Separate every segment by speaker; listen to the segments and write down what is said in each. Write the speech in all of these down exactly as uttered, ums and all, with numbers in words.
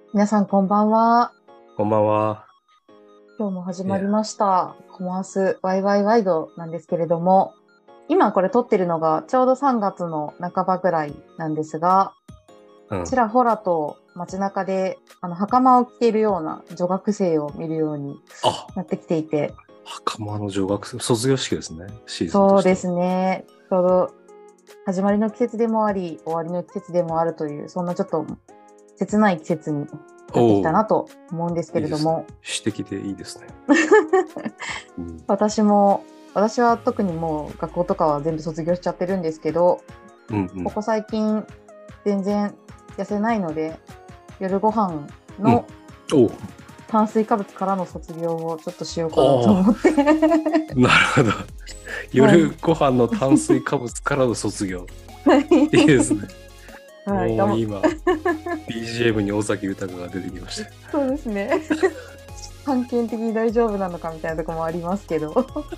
Speaker 1: 皆さんこんばんは。
Speaker 2: こんばんは。
Speaker 1: 今日も始まり
Speaker 2: いや、
Speaker 1: ました。コマースワイワイワイドなんですけれども、今これ撮ってるのがちょうどさんがつの半ばぐらいなんですが、
Speaker 2: うん。
Speaker 1: ちらほらと街中であの袴を着ているような女学生を見るように
Speaker 2: あ、
Speaker 1: なってきていて、
Speaker 2: 袴の女学生、卒業式ですね、シーズンとしては。
Speaker 1: そうですね。ちょうど始まりの季節でもあり、終わりの季節でもあるという、そんなちょっと切ない季節になってきた
Speaker 2: おお、
Speaker 1: なと思うんですけ
Speaker 2: いいですね。
Speaker 1: れども、
Speaker 2: 詩的でいいですね。うん。
Speaker 1: 私も、私は特にもう学校とかは全部卒業しちゃってるんですけど、
Speaker 2: うんうん。
Speaker 1: ここ最近全然痩せないので、夜ご飯
Speaker 2: うん。
Speaker 1: の
Speaker 2: おお、
Speaker 1: 炭水化物からの卒業をちょっとしようかなと
Speaker 2: ああ、
Speaker 1: 思って。
Speaker 2: なるほど。
Speaker 1: はい。
Speaker 2: 夜ご飯の炭水化物からの卒業。
Speaker 1: はい。
Speaker 2: いいですね。
Speaker 1: はい。
Speaker 2: も
Speaker 1: がも
Speaker 2: う今、ビージーエム に尾崎豊が出てきました。
Speaker 1: そうですね。判権的に大丈夫なのかみたいなところもありますけど。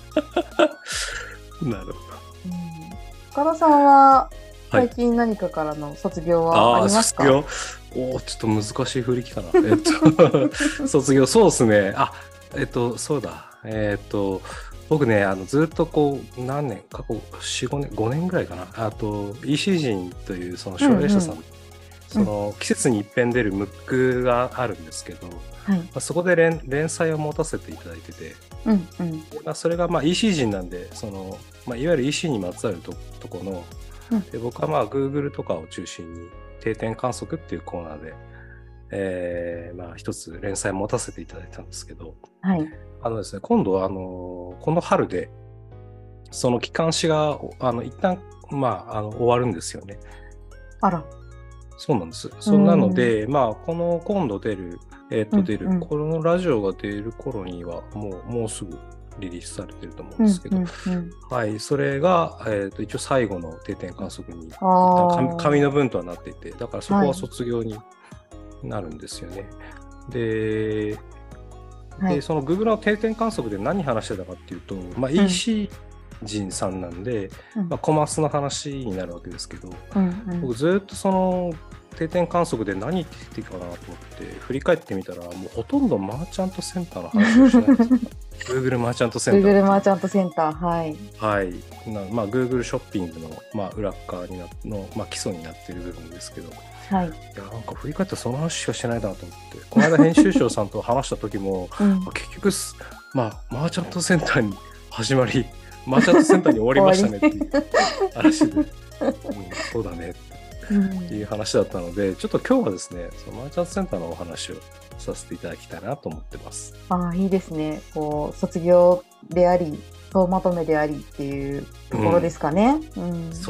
Speaker 2: なるほど。
Speaker 1: うん、岡田さんは
Speaker 2: はい。
Speaker 1: 最近何かからの卒業はあ
Speaker 2: ああ、
Speaker 1: りますか？
Speaker 2: 卒業。おお、ちょっと難しい振り気かな。えっと、卒業、そうですね。あ、えっと、そうだ。えっと、僕ね、あのずっとこう、何年、過去よん、ごねん、ごねんぐらいかな。あと、イーシー 人というその
Speaker 1: うんうん。
Speaker 2: 奨励者さん、そ
Speaker 1: うん。
Speaker 2: の季節に一遍出るムックがあるんですけど、ま
Speaker 1: はい。
Speaker 2: あ、そこで連連載を持たせていただいてて、
Speaker 1: うんうん。
Speaker 2: まあ、それがまあ イーシー 人なんで、その、まあ、いわゆる イーシー にまつわると、とこの、
Speaker 1: うん。
Speaker 2: で僕はまあ Google とかを中心に定点観測っていうコーナーで、えー、まあ一つ連載を持たせていただいたんですけど、
Speaker 1: はい。
Speaker 2: あのですね、今度はあのこの春でその期間誌があの一旦まああの終わるんですよね。
Speaker 1: あら。
Speaker 2: そうなんです。
Speaker 1: うー
Speaker 2: そうなの
Speaker 1: ん。
Speaker 2: で、まあこの今度出る、えっ、と出る、
Speaker 1: うんうん。
Speaker 2: このラジオが出る頃にはもうもうすぐリリースされてると思うん
Speaker 1: うん
Speaker 2: ですけど、
Speaker 1: うんうん。
Speaker 2: はい、それが、えー、と一応最後の定点観測に
Speaker 1: あ
Speaker 2: 一旦紙紙の
Speaker 1: あ。
Speaker 2: 文とはなっていて、だからそこは
Speaker 1: はい。
Speaker 2: 卒業になるんですよね。で、で、
Speaker 1: はい。
Speaker 2: その Google の定点観測で何話してたかっていうと、まあ、
Speaker 1: うん
Speaker 2: イーシー 人さんなんで、
Speaker 1: うん
Speaker 2: まあ、コマースの話になるわけですけど、
Speaker 1: うんうん。
Speaker 2: 僕ずっとその定点観測で何言っていいかなと思って振り返ってみたら、もうほとんどマーチャントセンターの話をしないんですよ。Google マーチャントセンターっ
Speaker 1: Google
Speaker 2: ていう。
Speaker 1: マーチャントセンター。はい。
Speaker 2: はい。なまあ、Google ショッピングの、まあ、裏側になの、まあ、基礎になっている部分ですけど、い
Speaker 1: はい。
Speaker 2: や、なんか振り返ったらその話しかしてないなと思って、この間編集長さんと話した時も、
Speaker 1: うん。
Speaker 2: 結局す、まあ、マーチャントセンターに始まり、マーチャントセンターに終わりました
Speaker 1: 終わり。
Speaker 2: ねっていう話で、うん、そうだね
Speaker 1: う
Speaker 2: っていう
Speaker 1: ん。
Speaker 2: 話だったので、ちょっと今日はですね、そのマーチャントセンターのお話をさせていただきたいなと思ってます。
Speaker 1: ああ、いいですね。こう、卒業であり、総まとめでありっていうところで
Speaker 2: うん、
Speaker 1: すかね。うん。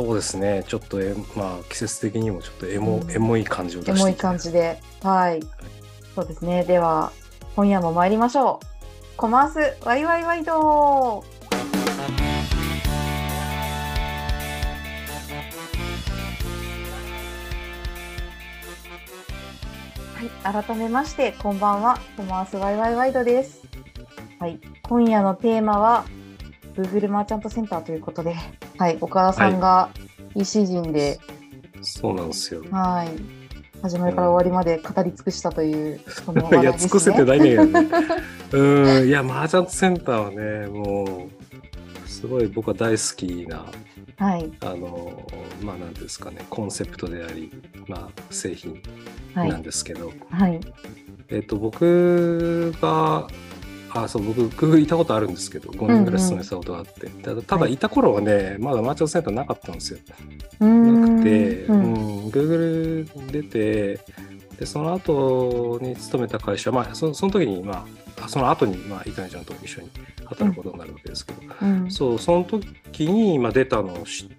Speaker 2: そうですね、ちょっとえ、まあ、季節的にもちょっとエモ、エ
Speaker 1: うん。
Speaker 2: モい感じを出し
Speaker 1: エモい
Speaker 2: ていきたいなと。
Speaker 1: 感じで。はい。そうですね。では、今夜も参りましょう。コマースワイワイワイド。はい、改めまして、こんばんは。コマースワイワイワイドです。はい、今夜のテーマは Google マーチャントセンターということで、はい、岡田
Speaker 2: はい、
Speaker 1: さんが イーシー 人で、
Speaker 2: そうなんですよ。
Speaker 1: はい、始まりから終わ
Speaker 2: うん、
Speaker 1: りまで語り尽くしたというこの
Speaker 2: いや、
Speaker 1: 話題で
Speaker 2: 尽くせて
Speaker 1: すね。
Speaker 2: ないんだけどね。うん、いや、マーチャントセンターはね、もう、すごい僕は大好きな、
Speaker 1: はい、
Speaker 2: あの、まあ、なんですかね、コンセプトであり、まあ、製品な
Speaker 1: はい、
Speaker 2: んですけど、
Speaker 1: はい、
Speaker 2: えっと、僕が、あ、そう、僕、Google いたことあるんですけど、5
Speaker 1: うん
Speaker 2: 年ぐらい
Speaker 1: うん、
Speaker 2: 勤めてたことがあって、ただ、た
Speaker 1: はい、
Speaker 2: だいた頃はね、まだマーチャントセンターなかったんですよ。
Speaker 1: うー
Speaker 2: なく
Speaker 1: ん、
Speaker 2: て、
Speaker 1: うん、
Speaker 2: うん、Google 出て、で、その後に勤めた会社、まあ、そその時に、まあ、その後に、まあ、伊谷ちゃんと一緒に
Speaker 1: うん、
Speaker 2: 働くことになるわけですけど、
Speaker 1: うん、
Speaker 2: そう、その時に、まあ、出たのを知って、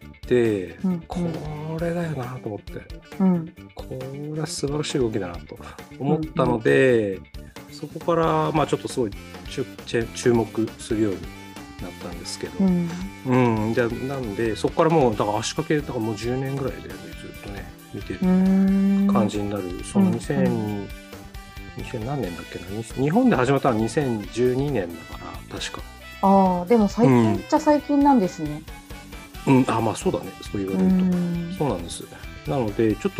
Speaker 1: うん、
Speaker 2: これだよなと思って、
Speaker 1: うん、
Speaker 2: これは素晴らしい動きだなと
Speaker 1: うん、
Speaker 2: 思ったので、そこから、まあ、ちょっとすごい注注目するようになったんですけど、
Speaker 1: うん、
Speaker 2: うん、じゃなんで、そこからもう、だから足掛け、だからもうじゅうねんぐらいで、ね、ずっとね、見てる
Speaker 1: うーん、
Speaker 2: 感じになる。その
Speaker 1: うん、
Speaker 2: にせん、
Speaker 1: うん。
Speaker 2: にせん何年だっけな、に日本で始まったのはにせんじゅうにねんだから、確か。
Speaker 1: ああ、でも
Speaker 2: う
Speaker 1: 最近っ
Speaker 2: ん。
Speaker 1: ちゃ最近なんですね。
Speaker 2: うん、あ、まあそうだね、そう言
Speaker 1: うー
Speaker 2: われると。
Speaker 1: ん、
Speaker 2: そうなんです。なので、ちょっと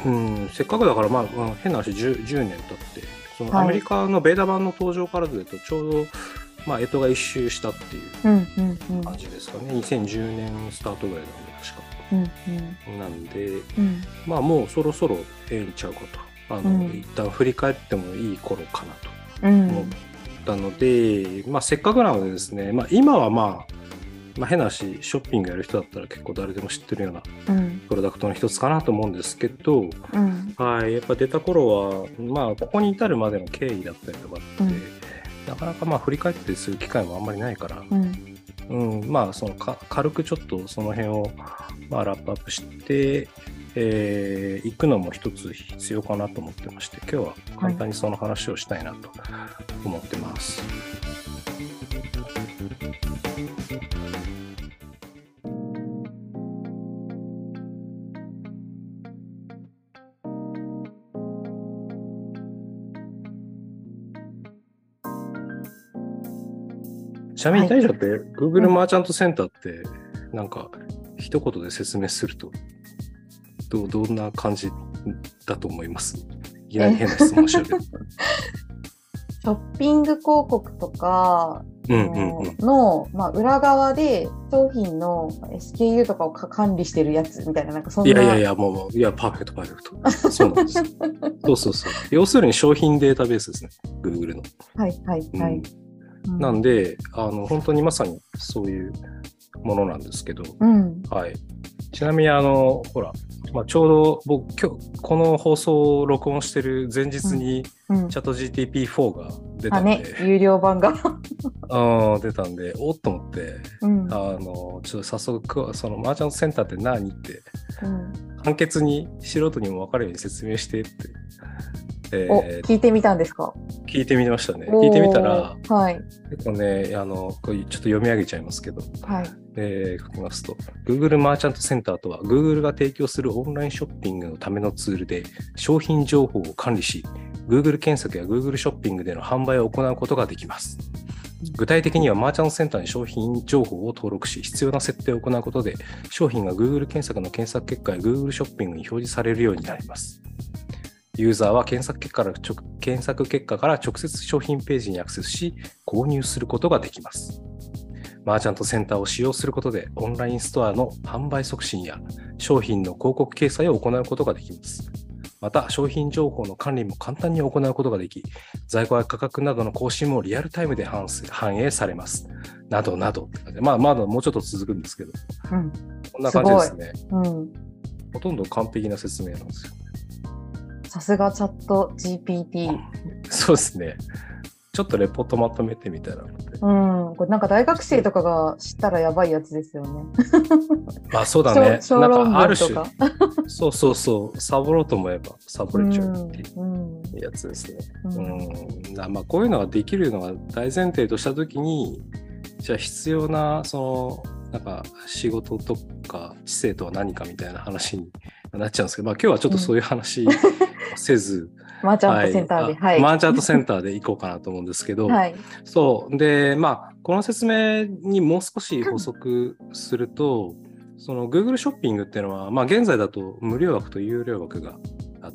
Speaker 2: うん、せっかくだから、まあ、まあ、変な話 10, じゅうねん経って、その
Speaker 1: はい
Speaker 2: アメリカのベータ版の登場からでとちょうど、まあ、干支が一周したっていう
Speaker 1: うんうんうん
Speaker 2: 感じですかね。にせんじゅうねんスタートぐらいなんで、確か。
Speaker 1: うんうん
Speaker 2: なんで、
Speaker 1: うん
Speaker 2: まあもうそろそろええんちゃうかと。あの、
Speaker 1: うん
Speaker 2: 一旦振り返ってもいい頃かなと
Speaker 1: うん
Speaker 2: 思ったので、まあせっかくなのでですね、まあ今はまあ、まあ変な話、ショッピングやる人だったら結構誰でも知ってるような
Speaker 1: うん
Speaker 2: プロダクトの一つかなと思うんですけど、
Speaker 1: うん
Speaker 2: はい、やっぱ出た頃は、まあここに至るまでの経緯だったりとかって、
Speaker 1: うん
Speaker 2: なかなかまあ振り返ってする機会もあんまりないから、
Speaker 1: うん
Speaker 2: うん、まあそのか軽くちょっとその辺を、まあ、ラップアップして、えー、行くのも一つ必要かなと思ってまして、今日は簡単にその話をしたいなと思ってます。ちなみに大将って Google マーチャントセンターってなんか一言で説明するとどうどんな感じだと思います？いきなり変な質問しちゃうけど。
Speaker 1: ショッピング広告とか
Speaker 2: うんうんうん、
Speaker 1: の、まあ、裏側で商品の エスケーユー とかを管理してるやつみたいな、なんかそんな。
Speaker 2: いやいやいや、もう、いや、パーフェクト、パーフェクト。そうなんです。そうそうそう。要するに商品データベースですね、Google の。
Speaker 1: はいはいはい。
Speaker 2: うん、なんで、あの、本当にまさにそういうものなんですけど、
Speaker 1: うん、
Speaker 2: はい。ちなみに、あの、ほら、まあ、ちょうど僕、今日、この放送を録音してる前日に、
Speaker 1: うんうん、
Speaker 2: チャット ジーティーピーフォー が出たんで、
Speaker 1: あね、有料版が
Speaker 2: あ出たんで、おっと思って、
Speaker 1: うん、
Speaker 2: あの、ちょっと早速、そのマーチャントセンターって何って、
Speaker 1: うん、
Speaker 2: 簡潔に素人にも分かるように説明してって、
Speaker 1: えー、お聞いてみたんですか？
Speaker 2: 聞いてみましたね。聞いてみたら、
Speaker 1: はい、
Speaker 2: 結構ね、あの、これちょっと読み上げちゃいますけど、
Speaker 1: はい、
Speaker 2: えー、書きますと、Google マーチャントセンターとは、Google が提供するオンラインショッピングのためのツールで、商品情報を管理し、Google 検索や Google ショッピングでの販売を行うことができます。具体的には、マーチャントセンターに商品情報を登録し、必要な設定を行うことで、商品が Google 検索の検索結果や Google ショッピングに表示されるようになります。ユーザーは検索結果から直、検索結果から直接商品ページにアクセスし、購入することができます。マーチャントセンターを使用することで、オンラインストアの販売促進や商品の広告掲載を行うことができます。また、商品情報の管理も簡単に行うことができ、在庫や価格などの更新もリアルタイムで反映されます。などなど。まあ、まだもうちょっと続くんですけど、うん、こんな感じですね。すうん、ほとんど完璧な説明なんですよ。
Speaker 1: さすがチャット ジーピーティー。
Speaker 2: そうですね。ちょっとレポートまとめてみたいなので。
Speaker 1: うん、これなんか大学生とかが知ったらやばいやつですよね。
Speaker 2: あ、そうだね。
Speaker 1: 小論文とか。
Speaker 2: そうそうそう。サボろうと思えばサボれちゃうっていうやつですね。うん。うん、まあこういうのができるのが大前提としたときに、じゃあ必要なそのなんか仕事とか知性とは何かみたいな話になっちゃうんですけど、まあ今日はちょっとそういう話せず。うん
Speaker 1: マーチャントセンターで、はいはい、
Speaker 2: マーチャントセンターで行こうかなと思うんですけど、
Speaker 1: はい、
Speaker 2: そうで、まあこの説明にもう少し補足すると、その Google ショッピングっていうのは、まあ現在だと無料枠と有料枠があって、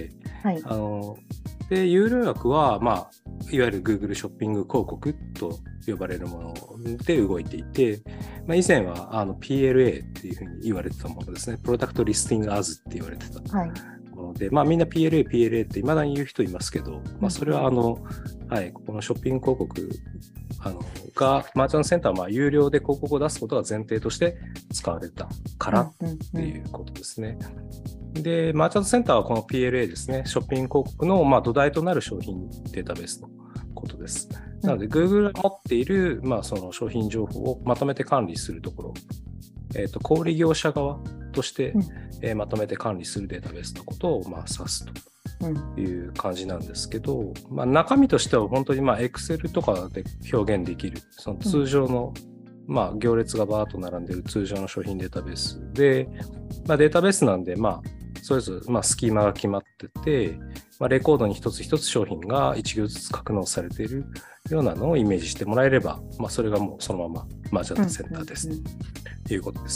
Speaker 2: はい、あので有料枠はまあいわゆる Google ショッピング広告と呼ばれるもので動いていて、まあ、以前はあの ピーエルエー っていうふうに言われてたものですね。プロダクトリスティングアズって言われてた。はいでまあ、みんな ピーエルエー、ピーエルエー って未だに言う人いますけど、まあ、それはあの、はい、ここのショッピング広告あのが、マーチャントセンターはまあ有料で広告を出すことが前提として使われたからっていうことですね。で、マーチャントセンターはこの ピーエルエー ですね、ショッピング広告のまあ土台となる商品データベースのことです。なので、Google が持っているまあその商品情報をまとめて管理するところ、えーと、小売業者側として、うんえー、まとめて管理するデータベースのことを、まあ、指すという感じなんですけど、うんまあ、中身としては本当にまあ Excel とかで表現できるその通常の、うんまあ、行列がバーッと並んでいる通常の商品データベースで、まあ、データベースなんで、まあ、それぞれまあスキーマが決まってて、まあ、レコードに一つ一つ商品が一行ずつ格納されているようなのをイメージしてもらえれば、まあ、それがもうそのままマーチャントセンターです、うんうんうん、ということです。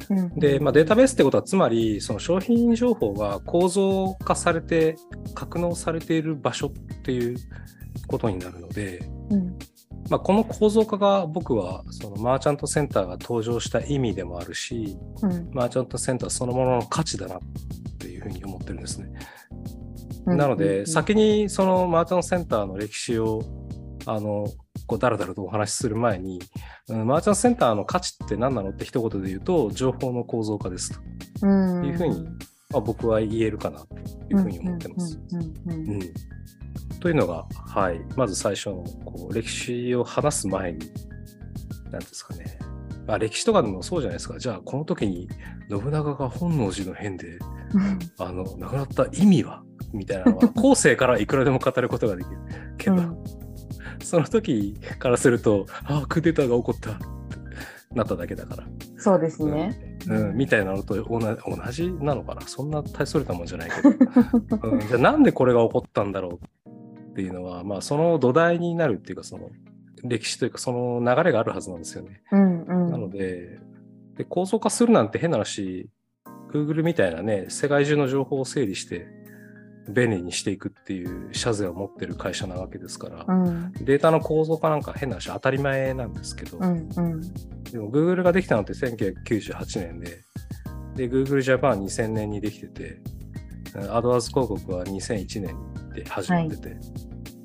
Speaker 1: うん
Speaker 2: で、まあ、データベースってことはつまりその商品情報が構造化されて格納されている場所っていうことになるので、
Speaker 1: うん
Speaker 2: まあ、この構造化が僕はそのマーチャントセンターが登場した意味でもあるし、
Speaker 1: うん
Speaker 2: マーチャントセンターそのものの価値だなっていうふうに思ってるんですね。
Speaker 1: うん
Speaker 2: なので、
Speaker 1: うん
Speaker 2: 先にそのマーチャントセンターの歴史をあのこうだらだらとお話しする前に、うん、マーチャントセンターの価値って何なのって一言で言うと情報の構造化ですと
Speaker 1: うん
Speaker 2: いうふうに、まあ、僕は言えるかなというふうに思ってます。
Speaker 1: うんうんうんうん
Speaker 2: うんというのが、はい、まず最初のこう歴史を話す前に何ですかね、まあ、歴史とかでもそうじゃないですか。じゃあこの時に信長が本能寺の変であの亡くなった意味はみたいなのは後世からいくらでも語ることができるけど、うん、その時からするとああクーデターが起こったってなっただけだから。
Speaker 1: そうですね、
Speaker 2: うんうん、みたいなのと同じ、同じなのかな。そんな大それたもんじゃないけど、うん、じゃあなんでこれが起こったんだろうっていうのは、まあ、その土台になるっていうか、その歴史というかその流れがあるはずなんですよね。
Speaker 1: うんうん、
Speaker 2: なので、で構造化するなんて変な話、Google みたいなね、世界中の情報を整理して便利にしていくっていう社税を持ってる会社なわけですから、
Speaker 1: うん、
Speaker 2: データの構造化なんか変な話当たり前なんですけど、
Speaker 1: うんうん、
Speaker 2: でも Google ができたのってせんきゅうひゃくきゅうじゅうはちねんで、で Google Japanにせんねんにできてて、AdWords 広告はにせんいちねんで始まってて、はい、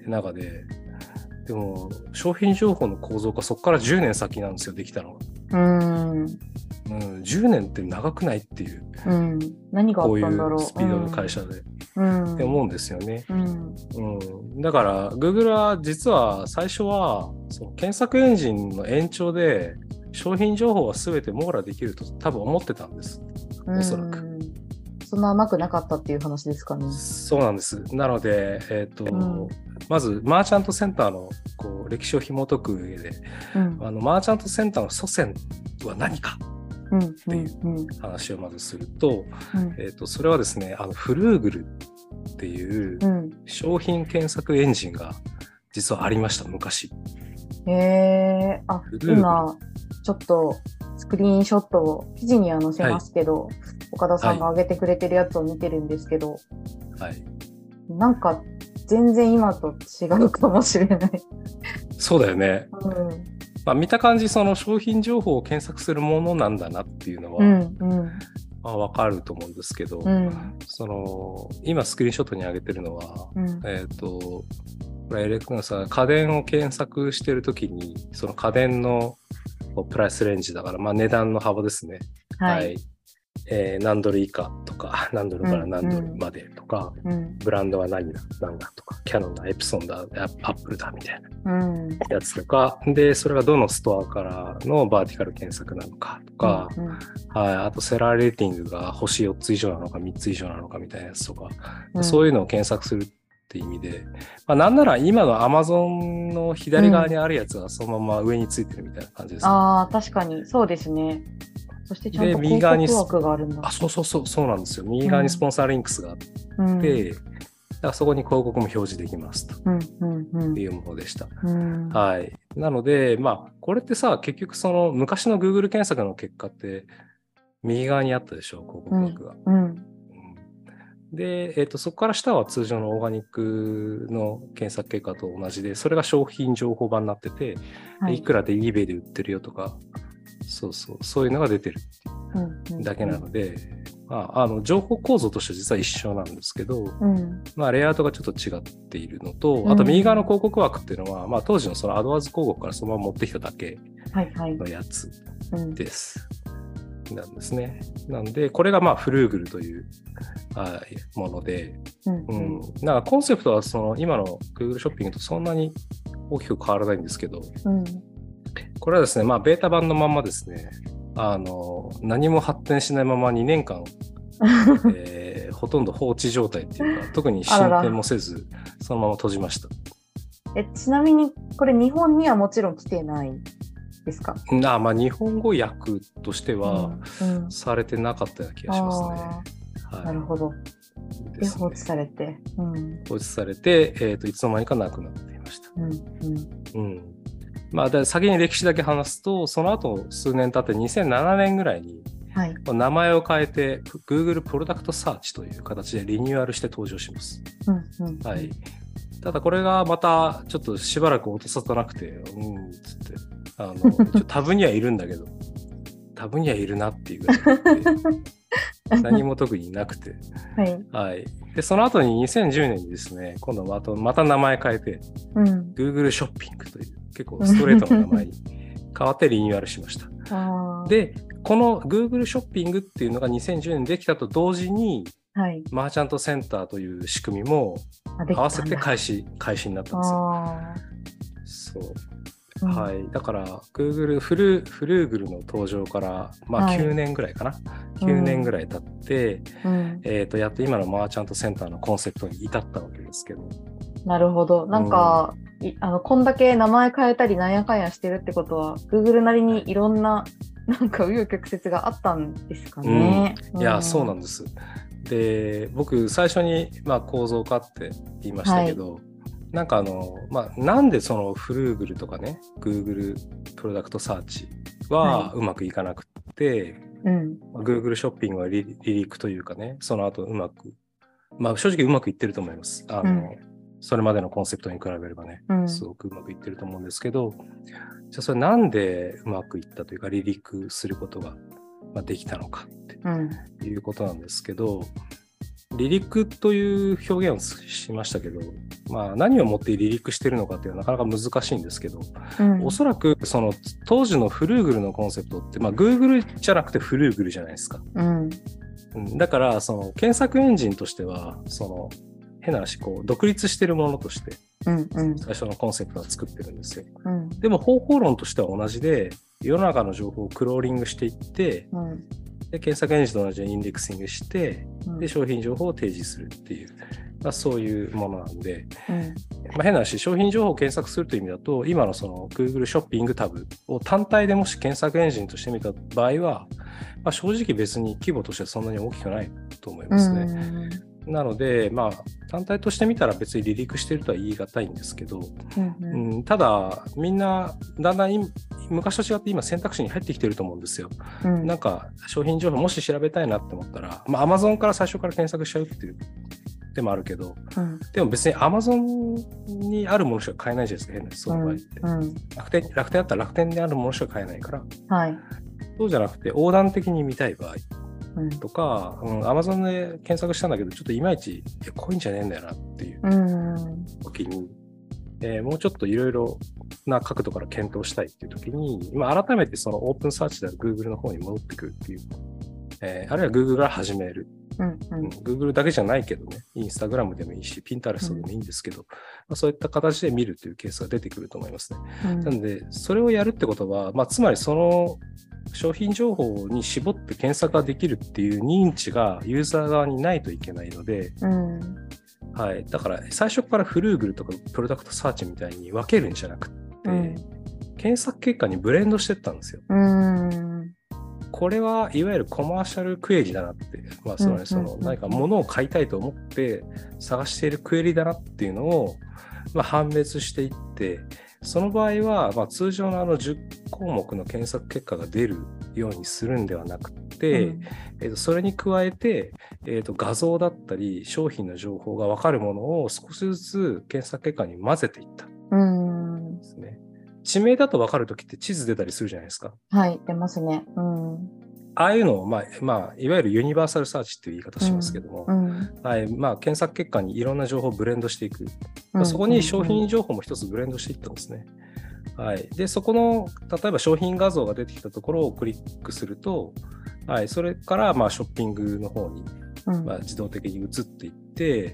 Speaker 2: 中で、でも商品情報の構造化そこからじゅうねん先なんですよ、できたのが。
Speaker 1: うん
Speaker 2: うん、じゅうねんって長くないっていう、
Speaker 1: うん、何があったんだろう、
Speaker 2: こういうスピードの会社で、
Speaker 1: うん、
Speaker 2: って思うんですよね、
Speaker 1: うん
Speaker 2: うん、だから Google は実は最初はその検索エンジンの延長で商品情報は全て網羅できると多分思ってたんです、おそらく、うん、
Speaker 1: そんな甘くなかったっていう話ですかね。
Speaker 2: そうなんです。なので、えーとうん、まずマーチャントセンターのこう歴史を紐解く上で、うん、あのマーチャントセンターの祖先は何かっていう話をまずすると、うんうん、えーと、それはですね、あのフルーグルっていう商品検索エンジンが実はありました、昔。
Speaker 1: へー、あ、今ちょっとスクリーンショットを記事には載せますけど、はい、岡田さんが上げてくれてるやつを見てるんですけど、はい、なんか全然今と違うかもしれない。
Speaker 2: そうだよね。
Speaker 1: うん
Speaker 2: まあ、見た感じその商品情報を検索するものなんだなっていうのは、
Speaker 1: うんうん
Speaker 2: まあ、分かると思うんですけど、
Speaker 1: うん、
Speaker 2: その今スクリーンショットに上げてるのは、うん、えっとこれエレクトロンさ家電を検索してるときにその家電のプライスレンジだから、まあ、値段の幅ですね、
Speaker 1: はい、
Speaker 2: はい、えー、何ドル以下とか何ドルから何ドルまでとか、うんうん、ブランドは何だ何だとかキヤノンだエプソンだアップルだみたいなやつとか、うん、でそれがどのストアからのバーティカル検索なのかとか、うんうん、はい、あとセラーレーティングが星よっつ以上なのかみっつ以上なのかみたいなやつとか、うん、そういうのを検索するって意味で、まあ、なんなら今の Amazon の左側にあるやつがそのまま上についてるみたいな感じです、ね、
Speaker 1: うん、ああ確かにそうですね。そしてちゃんと広告枠があるんだ。
Speaker 2: あ、そうそうそうそうなんですよ。右側にスポンサーリンクスがあって、うん、だからそこに広告も表示できますと、うんうんうん、っていうものでした、うん。はい。なので、まあこれってさ、結局その昔の Google 検索の結果って右側にあったでしょ、広告枠が。うんうんで、えーと、そこから下は通常のオーガニックの検索結果と同じで、それが商品情報版になってて、はい、いくらで eBay で売ってるよとか、そうそう、そういうのが出てるっていうだけなので、うんうんうん、まあ、あの情報構造としては実は一緒なんですけど、うん、まあ、レイアウトがちょっと違っているのと、あと右側の広告枠っていうのは、うん、まあ、当時のその AdWords 広告からそのまま持ってきただけのやつです。はいはいうんなんですね。なのでこれがまあフルーグルというもので、うんうんうん、なんかコンセプトはその今の Google ショッピングとそんなに大きく変わらないんですけど、うん、これはですね、まあベータ版のまんまですね、あの何も発展しないままにねんかん、えー、ほとんど放置状態っていうか特に進展もせずそのまま閉じました。
Speaker 1: えちなみにこれ日本にはもちろん来てないですか？
Speaker 2: あまあ日本語訳としてはされてなかったような気がしますね。
Speaker 1: うんはい、なるほど。で放置されて、うん、
Speaker 2: 放置されて、えーと、いつの間にかなくなっていました。うんうんうん、まあだ先に歴史だけ話すと、その後数年経ってにせんななねんぐらいに、
Speaker 1: はい、
Speaker 2: 名前を変えて Google プロダクトサーチという形でリニューアルして登場します。
Speaker 1: うんうん、
Speaker 2: はい。ただこれがまたちょっとしばらく音沙汰なくて、うんっつってあのタブにはいるんだけど、タブにはいるなっていうぐらいで何も特になくて、
Speaker 1: はい、
Speaker 2: はい。でその後ににせんじゅうねんにですね、今度またまた名前変えて、うん、Google ショッピングという結構ストレートな名前に変わってリニューアルしました。で、この Google ショッピングっていうのがにせんじゅうねんにできたと同時に、はい、マーチャントセンターという仕組みも合わせて開始開始になったんですよ。そう、うん、はい。だから Google フルフルーグルの登場からまあきゅうねんぐらいかな、はい、きゅうねんぐらい経って、うん、えっとやっと今のマーチャントセンターのコンセプトに至ったわけですけど。
Speaker 1: なるほど。なんか、うん、あのこんだけ名前変えたりなんやかんやしてるってことは Google なりにいろんななんか紆余曲折があったんですかね。
Speaker 2: うん、いや、うん、そうなんです。で、僕最初にまあ構造化って言いましたけど、はい、なんかあのまあなんでそのフルーグルとかね Google プロダクトサーチはうまくいかなくって、はい、うん、Google ショッピングは離陸というかね、その後うまくまあ正直うまくいってると思います。あの、うん、それまでのコンセプトに比べればね、うん、すごくうまくいってると思うんですけど、じゃあそれなんでうまくいったというか離陸することができたのかっていうことなんですけど、うん、離陸という表現をしましたけど、まあ、何をもって離陸してるのかっていうのはなかなか難しいんですけど、うん、おそらくその当時のフルーグルのコンセプトって、まあ、Google じゃなくてフルーグルじゃないですか、うんうん、だからその検索エンジンとしてはその変な話こう独立してるものとして最初のコンセプトは作ってるんですよ、うん、でも方法論としては同じで世の中の情報をクローリングしていって、うん、で検索エンジンと同じようにインデックシングして、うん、で商品情報を提示するっていう、まあ、そういうものなんで、うんまあ、変な話商品情報を検索するという意味だと今のその Google ショッピングタブを単体でもし検索エンジンとしてみた場合は、まあ、正直別に規模としてはそんなに大きくないと思いますね、うんなので、まあ、単体として見たら別に離陸しているとは言い難いんですけど、うんうんうん、ただ、みんな、だんだん昔と違って今選択肢に入ってきてると思うんですよ。うん、なんか、商品情報もし調べたいなって思ったら、まあ、Amazon から最初から検索しちゃうっていう手もあるけど、うん、でも別に Amazon にあるものしか買えないじゃないですか、変なその場合って、うんうん。楽天、楽天あったら楽天であるものしか買えないから、はい、そうじゃなくて横断的に見たい場合、とか、うん、Amazon で検索したんだけど、ちょっといまいち、いや、こういうんじゃねえんだよなっていう時に、えー、もうちょっといろいろな角度から検討したいっていう時に、今改めてそのオープンサーチである Google の方に戻ってくるっていう、えー、あるいは Google から始める、うんうんうん。Google だけじゃないけどね、Instagram でもいいし、Pinterest でもいいんですけど、うんまあ、そういった形で見るというケースが出てくると思いますね。うん、なので、それをやるってことは、まあ、つまりその、商品情報に絞って検索ができるっていう認知がユーザー側にないといけないので、うんはい、だから最初からフルーグルとかプロダクトサーチみたいに分けるんじゃなくて、うん、検索結果にブレンドしていったんですよ、うん、これはいわゆるコマーシャルクエリだなって、まあ、つまりその何か物を買いたいと思って探しているクエリだなっていうのを、まあ、判別していってその場合は、まあ、通常のあのじゅっこうもくの検索結果が出るようにするんではなくて、うんえー、とそれに加えて、えー、と画像だったり商品の情報が分かるものを少しずつ検索結果に混ぜていったんですね。うん、地名だと分かるときって地図出たりするじゃないですか。
Speaker 1: はい、出ますね。うん
Speaker 2: ああいうのを、まあまあ、いわゆるユニバーサルサーチっていう言い方しますけども、うんうんはいまあ、検索結果にいろんな情報をブレンドしていく、うん、そこに商品情報も一つブレンドしていったんですね。はい、でそこの例えば商品画像が出てきたところをクリックすると、はい、それからまあショッピングの方にまあ自動的に移っていって、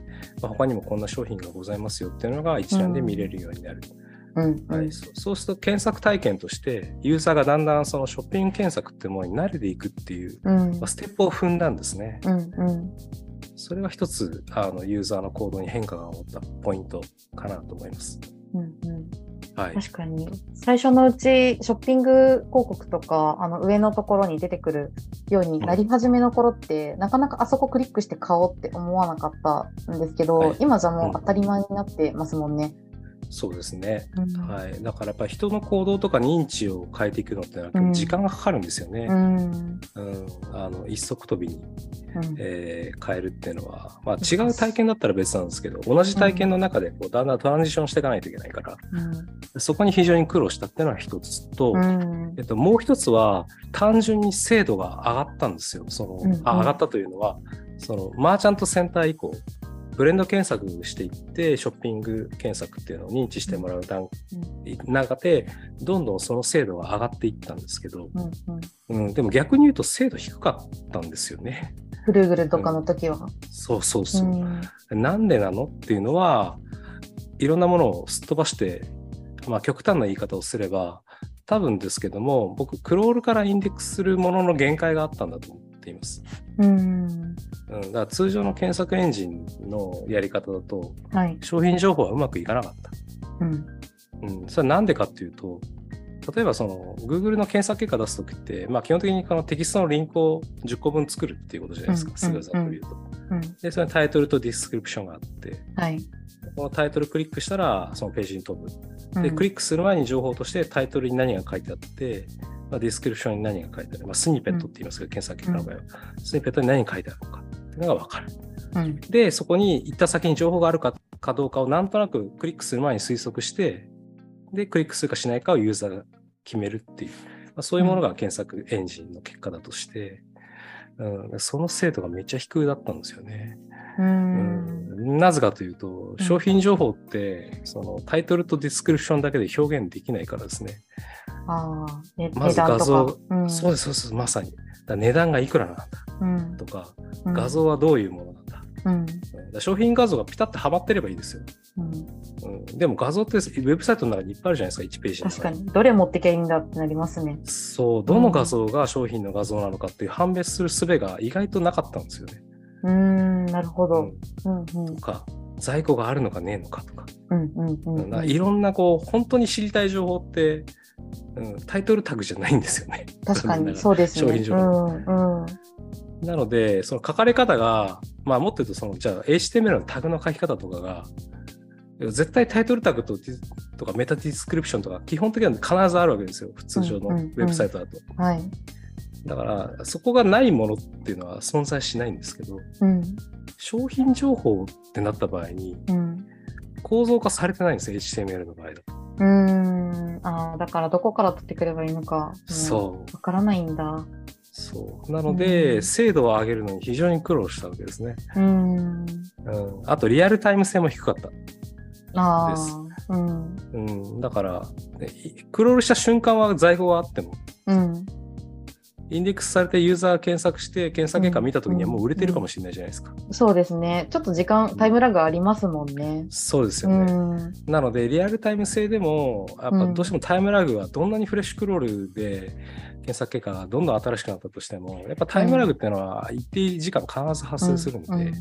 Speaker 2: うんまあ、他にもこんな商品がございますよっていうのが一覧で見れるようになる。うんはい、そ, そうすると検索体験としてユーザーがだんだんそのショッピング検索ってものに慣れていくっていう、うんまあ、ステップを踏んだんですね。うんうん、それは一つあのユーザーの行動に変化が起こったポイントかなと思います。うんうん
Speaker 1: はい、確かに最初のうちショッピング広告とかあの上のところに出てくるようになり始めの頃って、うん、なかなかあそこクリックして買おうって思わなかったんですけど、はい、今じゃもう当たり前になってますもんね。
Speaker 2: そうですね、
Speaker 1: うん、
Speaker 2: はい、だからやっぱり人の行動とか認知を変えていくのってのは時間がかかるんですよね、
Speaker 1: うん
Speaker 2: うん、あの一足飛びに、
Speaker 1: うん
Speaker 2: えー、変えるっていうのは、まあ、違う体験だったら別なんですけど、同じ体験の中でこうだんだんトランジションしていかないといけないから、うん、そこに非常に苦労したっていうのは一つと、うん、えっと、もう一つは単純に精度が上がったんですよ。その、うんうん、あ上がったというのはそのマーチャントセンター以降ブレンド検索していってショッピング検索っていうのを認知してもらう段中でどんどんその精度が上がっていったんですけど、うんうんうん、でも逆に言うと精度低かったんですよね。
Speaker 1: Googleとかの時は、うん、
Speaker 2: そうそうそう、うん、なんでなのっていうのはいろんなものをすっ飛ばして、まあ、極端な言い方をすれば多分ですけども僕クロールからインデックスするものの限界があったんだと思っています。うんうん、だから通常の検索エンジンのやり方だと、はい、商品情報はうまくいかなかった、うんうん、それはなんでかっていうと例えばその Google の検索結果出すときって、まあ、基本的にこのテキストのリンクをじゅっこぶん作るっていうことじゃないですか、うん、すぐざっと言うと、うん、でそれにタイトルとディスクリプションがあって、はい、このタイトルクリックしたらそのページに飛ぶで、うん、クリックする前に情報としてタイトルに何が書いてあってまあ、ディスクリプションに何が書いてある、まあ、スニペットって言いますけど、うん、検索結果の場合は、うん、スニペットに何が書いてあるのかっていうのが分かる、うん、でそこに行った先に情報があるか、かどうかをなんとなくクリックする前に推測してでクリックするかしないかをユーザーが決めるっていう、まあ、そういうものが検索エンジンの結果だとして、うん、その精度がめっちゃ低だったんですよね。うんうん、なぜかというと商品情報ってそのタイトルとディスクリプションだけで表現できないからですね。あまず画像、うん、そうですそうですまさにだ値段がいくらなんだ、うん、とか、うん、画像はどういうものなんだ、うん、だ商品画像がピタッとはまってればいいですよ、うんうん、でも画像ってウェブサイトの中にいっぱいあるじゃないですかいちページの中に。
Speaker 1: 確かにどれ持ってけばいいんだってなりますね。
Speaker 2: そうどの画像が商品の画像なのかっていう判別する術が意外となかったんですよね。
Speaker 1: うーんなるほど、うん
Speaker 2: うん、とか在庫があるのかねえのかとか、うんうんうんうん、いろんなこう本当に知りたい情報ってうん、タイトルタグじゃないんですよね。
Speaker 1: 確かにそうですね。商品情報、うんうん、
Speaker 2: なのでその書かれ方が、まあ、もっと言うとそのじゃあ エイチティーエムエル のタグの書き方とかが絶対タイトルタグ と, とかメタディスクリプションとか基本的には必ずあるわけですよ普通上のウェブサイトだと、うんうんうんはい、だからそこがないものっていうのは存在しないんですけど、うん、商品情報ってなった場合に、うん、構造化されてないんですよ エイチティーエムエル の場合だと。
Speaker 1: うーんあだからどこから取ってくればいいのかそうわからないんだ。
Speaker 2: そうなので、うん、精度を上げるのに非常に苦労したわけですね。うん、うん、あとリアルタイム性も低かったあです、うんうん、だからクロールした瞬間は在庫があっても、うん、インデックスされてユーザー検索して検索結果見た時にはもう売れてるかもしれないじゃないですか、
Speaker 1: うんうん、そうですねちょっと時間タイムラグありますもんね、
Speaker 2: うん、そうですよね、うん、なのでリアルタイム性でもやっぱどうしてもタイムラグはどんなにフレッシュクロールで検索結果がどんどん新しくなったとしてもやっぱタイムラグっていうのは一定時間必ず発生するんで、うんうん、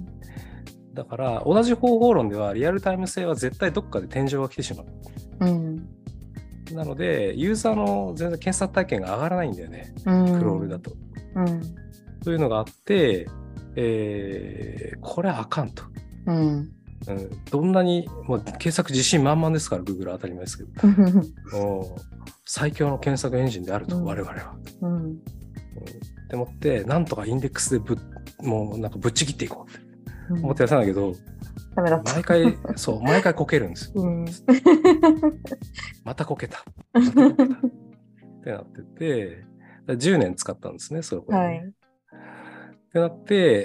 Speaker 2: だから同じ方法論ではリアルタイム性は絶対どっかで天井が来てしまう、うんなのでユーザーの全然検索体験が上がらないんだよね、うん、クロールだと、うん、というのがあって、えー、これはあかんと、うんうん、どんなにもう検索自信満々ですから Google は当たり前ですけど最強の検索エンジンであると、うん、我々は、うんうん、って思ってなんとかインデックスでぶもうなんかぶっちぎっていこうって思ってやったんだけど、ダメだった毎回そう毎回こけるんですよ、うん、またこけたまたこけたってなっててじゅうねん使ったんですねそれこれ、ねはい、ってなって、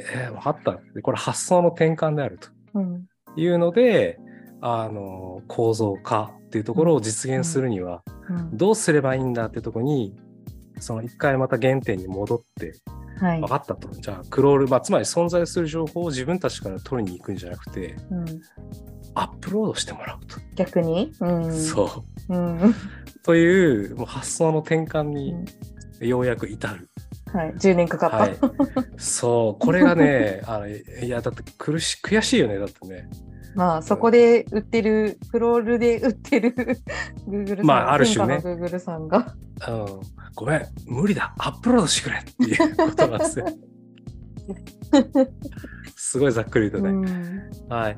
Speaker 2: えー、分かったこれ発想の転換であると、うん、いうのであの構造化っていうところを実現するには、うんうん、どうすればいいんだっていうところにその一回また原点に戻ってはい、分かったとじゃあクロール、まあ、つまり存在する情報を自分たちから取りに行くんじゃなくて、うん、アップロードしてもらうと
Speaker 1: 逆に、うん、
Speaker 2: そう、うん、というもう発想の転換にようやく至る、
Speaker 1: うんはい、じゅうねんかかった、はい、
Speaker 2: そうこれがねあのいやだって苦し悔しいよねだってね
Speaker 1: まあそこで売ってる、うん、クロールで売ってる Google さん、
Speaker 2: まあある種ね
Speaker 1: Google さんが、
Speaker 2: うん、ごめん無理だアップロードしてくれっていうことなんですよすごいざっくりとね、うん、はい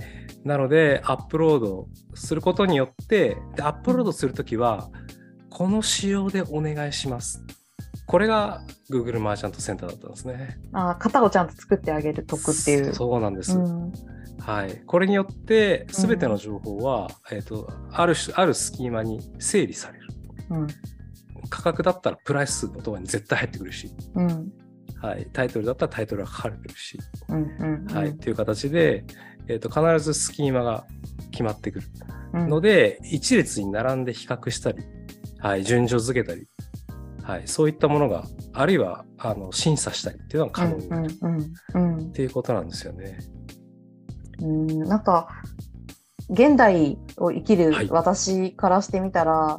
Speaker 2: なのでアップロードすることによってでアップロードするときはこの仕様でお願いします。これが Google マーチャントセンターだったんですね。
Speaker 1: あ、型をちゃんと作ってあげる得っていう。
Speaker 2: そうなんです、うん、はい。これによって全ての情報は、うん、えーと、ある種あるスキーマに整理される、うん、価格だったらプライスのところに絶対入ってくるし、うん、はい、タイトルだったらタイトルが書かれてるし、うんうんうん、はい、っていう形で、えーと、必ずスキーマが決まってくるので、うん、一列に並んで比較したり、はい、順序付けたり、はい、そういったものがあるいはあの審査したりっていうのが可能になる、うんうんうんうん、っていうことなんですよね。
Speaker 1: うん、なんか現代を生きる私からしてみたら、はい、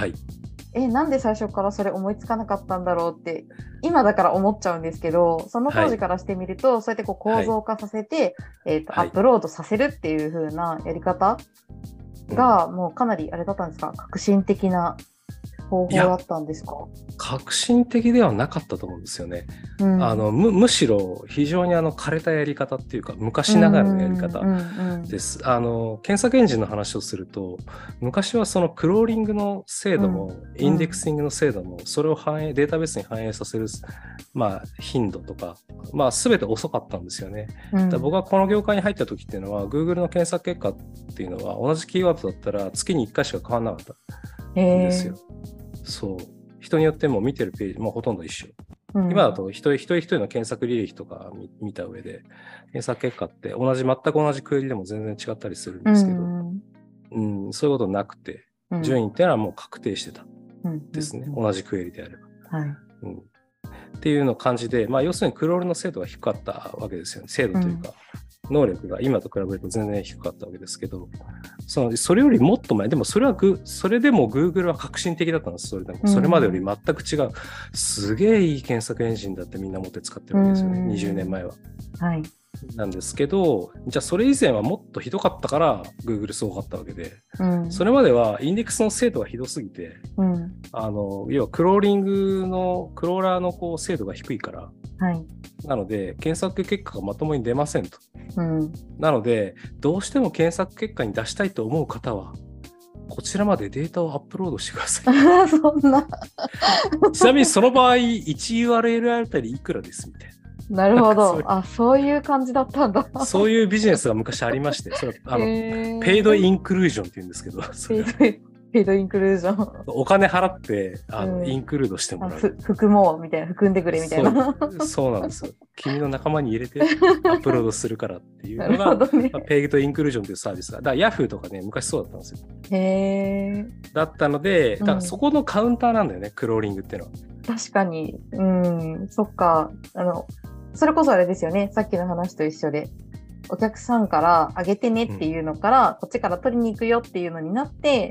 Speaker 1: えなんで最初からそれ思いつかなかったんだろうって今だから思っちゃうんですけど、その当時からしてみると、はい、そうやってこう構造化させて、はい、えーとはい、アップロードさせるっていう風なやり方がもうかなりあれだったんですか、革新的な方法だったんですか？
Speaker 2: 革新的ではなかったと思うんですよね。うん、あの む, むしろ非常にあの枯れたやり方っていうか昔ながらのやり方です。あの検索エンジンの話をすると昔はそのクローリングの精度も、うん、インデックスイングの精度もそれを反映データベースに反映させる、まあ、頻度とか、まあ、全て遅かったんですよね。うん、だ僕はこの業界に入った時っていうのは Google の検索結果っていうのは同じキーワードだったら月にいっかいしか変わらなかったんですよ。そう人によっても見てるページもほとんど一緒、うん、今だと一人一人一人の検索履歴とか 見, 見た上で検索結果って同じ全く同じクエリでも全然違ったりするんですけど、うんうん、そういうことなくて、うん、順位っていうのはもう確定してたですね、うん、同じクエリであれば、はいうん、っていうの感じで、まあ、要するにクロールの精度が低かったわけですよね。精度というか、うん、能力が今と比べると全然低かったわけですけど、そのそれよりもっと前でもそれはグそれでも Google は革新的だったんです。それでもそれまでより全く違う、うん、すげえいい検索エンジンだってみんな持って使ってるわけですよね、うん、にじゅうねんまえは、はい、なんですけど、じゃあそれ以前はもっとひどかったから Google すごかったわけで、うん、それまではインデックスの精度がひどすぎて、うん、あの要はクローリングのクローラーのこう精度が低いから、はい、なので検索結果がまともに出ませんと、うん、なのでどうしても検索結果に出したいと思う方はこちらまでデータをアップロードしてくださいそんなちなみにその場合いちユーアールエル あたりいくらですみたいな。
Speaker 1: なるほど。あ、そういう感じだったんだ。
Speaker 2: そういうビジネスが昔ありまして、それあのペイドインクルージョンって言うんですけど、それ
Speaker 1: ペイドインクルージョン。
Speaker 2: お金払ってあの、うん、インクルードしてもらう。
Speaker 1: 含もうみたいな、含んでくれみたいな。
Speaker 2: そう、そうなんですよ。君の仲間に入れてアップロードするからっていうのが、ねまあ、ペイドインクルージョンというサービスが、だから Yahoo とかね、昔そうだったんですよ。へー。だったので、だからそこのカウンターなんだよね、うん、クローリングっていうのは。
Speaker 1: 確かに、うん、そっか。あのそれこそあれですよね、さっきの話と一緒でお客さんからあげてねっていうのから、うん、こっちから取りに行くよっていうのになって、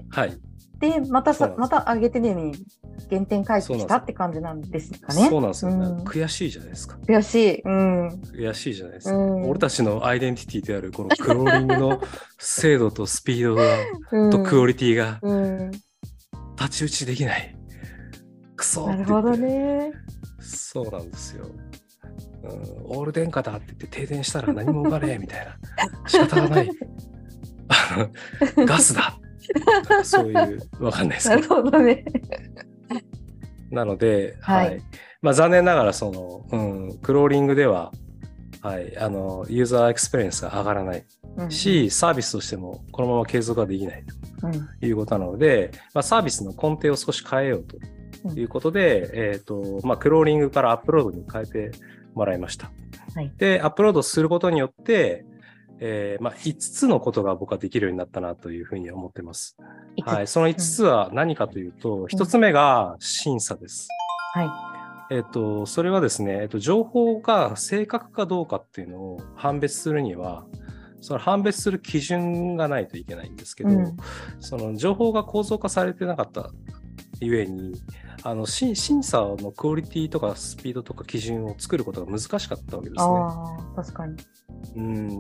Speaker 1: はい、でまたさまたあげてねに原点回帰したって感じなんですかね。
Speaker 2: そうなんですよ、うん、悔しいじゃないですか。
Speaker 1: 悔しい、うん、
Speaker 2: 悔しいじゃないですか、うん、俺たちのアイデンティティであるこのクローリングの精度とスピードが、うん、とクオリティが太刀打ちできない、クソって言って。なるほどね。そうなんですよ。うん、オール電化だって言って停電したら何も動かねえみたいな仕方がないガスだそういうわかんないですけど。なるほどね。なので、はいはいまあ、残念ながらその、うん、クローリングでは、はい、あのユーザーエクスペリエンスが上がらないし、うんうん、サービスとしてもこのまま継続ができないということなので、うんまあ、サービスの根底を少し変えようということで、うんえーとまあ、クローリングからアップロードに変えてもらいました。はい、で、アップロードすることによって、えーまあ、いつつのことが僕はできるようになったなというふうに思ってます。はい、そのいつつは何かというと、うん、ひとつめが審査です。はい。えっと、それはですね、えっと、情報が正確かどうかっていうのを判別するには、その判別する基準がないといけないんですけど、うん、その情報が構造化されてなかったゆえに、あの審査のクオリティとかスピードとか基準を作ることが難しかったわけですね。
Speaker 1: ああ、確かに。
Speaker 2: うん、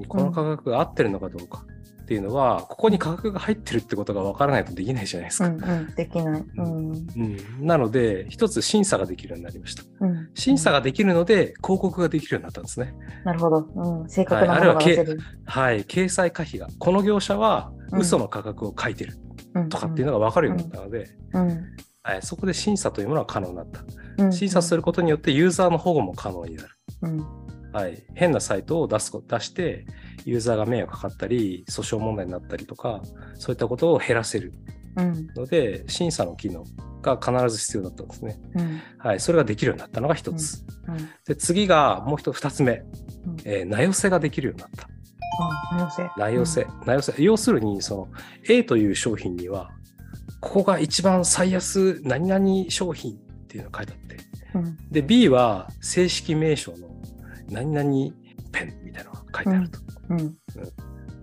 Speaker 2: この価格が合ってるのかどうかっていうのは、うん、ここに価格が入ってるってことが分からないとできないじゃないですか。
Speaker 1: うんうん、できない。うん
Speaker 2: うん、なので、一つ審査ができるようになりました。うん、 審査ができるので広告ができるようになったんですね。
Speaker 1: なるほど。うん、正確なものが出せる。
Speaker 2: はい、掲載可否が、この業者は嘘の価格を書いてるとかっていうのが分かるようになったので、
Speaker 1: うんうん
Speaker 2: はい、そこで審査というものは可能になった。
Speaker 1: うん、
Speaker 2: 審査することによってユーザーの保護も可能になる。
Speaker 1: うん
Speaker 2: はい、変なサイトを出す出してユーザーが迷惑かかったり訴訟問題になったりとか、そういったことを減らせるので、うん、審査の機能が必ず必要だったんですね、うんはい、それができるようになったのが一つ、うんうん、で次がもう一つ二つ目、うんえー、名寄せができるようになった。
Speaker 1: あ、名寄せ
Speaker 2: 名寄せ、うん、名寄せ要するにその A という商品にはここが一番最安何々商品っていうのが書いてあって、うん、で B は正式名称の何々ペンみたいなのが書いてあると、うんうん、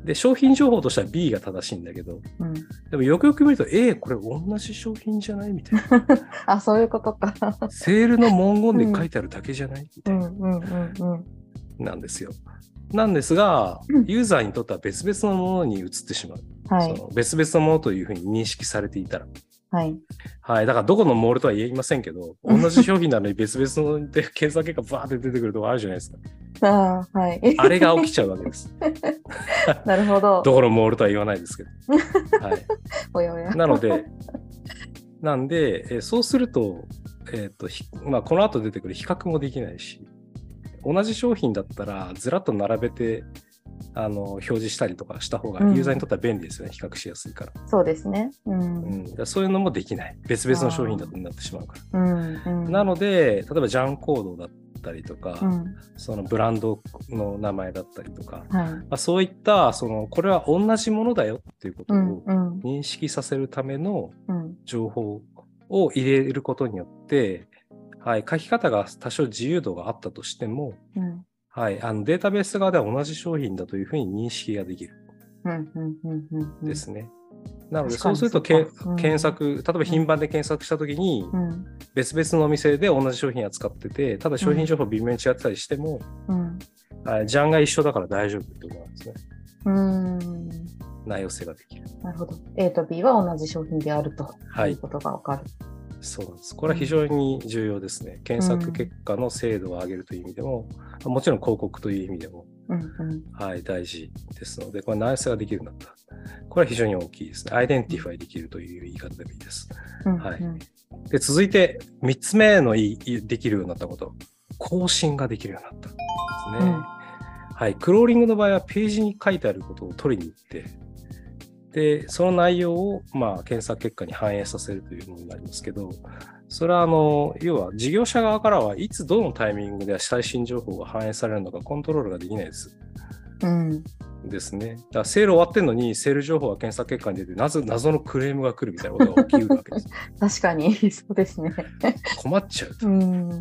Speaker 2: で商品情報としては B が正しいんだけど、うん、でもよくよく見ると A これ同じ商品じゃないみたいな
Speaker 1: あ、そういうことか
Speaker 2: セールの文言で書いてあるだけじゃない、うん、みたいな、うんうんうんうん、なんですよ。なんですが、うん、ユーザーにとっては別々のものに移ってしまう、はい、その別々のものというふうに認識されていたら、はいはい、だからどこのモールとは言いませんけど、同じ商品なのに別々ので検索結果バーって出てくるとこあるじゃないですか。あ, はい、あれが起きちゃうわけです。
Speaker 1: なるほど。
Speaker 2: どこのモールとは言わないですけど。はい、
Speaker 1: おやおや。
Speaker 2: なので、なんで、えそうすると、えーとまあ、この後出てくる比較もできないし、同じ商品だったらずらっと並べてあの表示したりとかした方がユーザーにとっては便利ですよね、うん、比較しやすいから。
Speaker 1: そうですね、うん
Speaker 2: うん、だそういうのもできない、別々の商品だとなってしまうから、うんうん、なので例えばジャンコードだったりとか、うん、そのブランドの名前だったりとか、はいまあ、そういったそのこれは同じものだよっていうことを認識させるための情報を入れることによって、はい、書き方が多少自由度があったとしても、うんはい、あのデータベース側では同じ商品だというふうに認識ができる、うんうんうんうん、ですね。なのでそうするとけ、うん、検索、例えば品番で検索したときに、うん、別々のお店で同じ商品扱ってて、ただ商品情報微妙に違ってたりしても、うんはい、ジャンが一緒だから大丈夫ってことなんですね。うん名寄せができる。
Speaker 1: なるほど。A と B は同じ商品であるということが分かる。はい
Speaker 2: そうなんです。これは非常に重要ですね。うん、検索結果の精度を上げるという意味でも、うん、もちろん広告という意味でも、うんうんはい、大事ですので、これ名寄せができるようになった。これは非常に大きいですね。アイデンティファイできるという言い方でもいいです。うんうんはい、で続いてみっつめのいいできるようになったこと、更新ができるようになったんですね。うんはい、クローリングの場合はページに書いてあることを取りに行って、でその内容を、まあ、検索結果に反映させるというものになりますけど、それはあの要は事業者側からはいつどのタイミングで最新情報が反映されるのかコントロールができないです。うん、ですね。だからセール終わってんのにセール情報が検索結果に出て謎、謎のクレームが来るみたいなことが起きうるわけです。
Speaker 1: 確かにそうですね。
Speaker 2: 困っちゃうと。うん、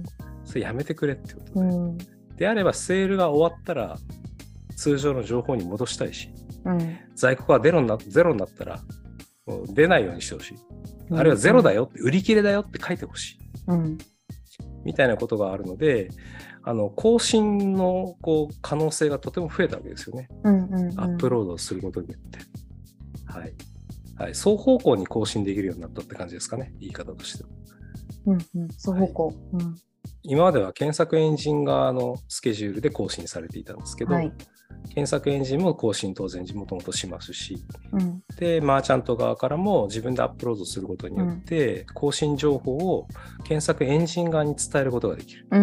Speaker 2: それやめてくれってことで、うん、であればセールが終わったら通常の情報に戻したいし、うん、在庫がゼロにな、ゼロになったらもう出ないようにしてほしい、うん、あるいはゼロだよって、売り切れだよって書いてほしい、うん、みたいなことがあるので、あの更新のこう可能性がとても増えたわけですよね、うんうんうん、アップロードすることによって、はいはい、双方向に更新できるようになったって感じですかね、言い方としては、
Speaker 1: うんうん、双方向、はいうん、
Speaker 2: 今までは検索エンジン側のスケジュールで更新されていたんですけど、はい検索エンジンも更新当然もともとしますし、うん、でマーチャント側からも自分でアップロードすることによって、うん、更新情報を検索エンジン側に伝えることができる、うん、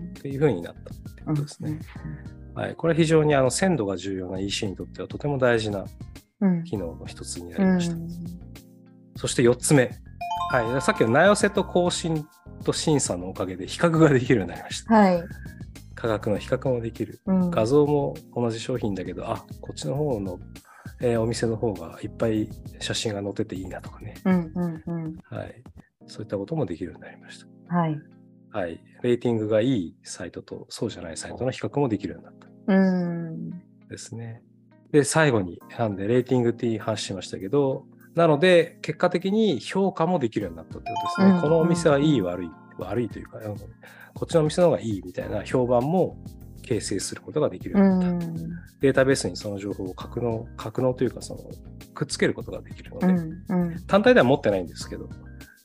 Speaker 2: というふうになったということですね、うんはい、これは非常にあの鮮度が重要な イーシー にとってはとても大事な機能の一つになりました、うん、そしてよっつめ、はい、さっきの名寄せと更新と審査のおかげで比較ができるようになりました、はい価格の比較もできる、うん、画像も同じ商品だけど、あ、こっちの方の、えー、お店の方がいっぱい写真が載ってていいなとかね、うんうんうんはい、そういったこともできるようになりました、はいはい、レーティングがいいサイトとそうじゃないサイトの比較もできるようになった、うんですね。で最後になんでレーティングって話しましたけど、なので結果的に評価もできるようになったということですね、うんうんうん、このお店はいい悪い悪いというかこっちのお店の方がいいみたいな評判も形成することができるようになった、うん、データベースにその情報を格納、格納というかそのくっつけることができるので、うんうん、単体では持ってないんですけど、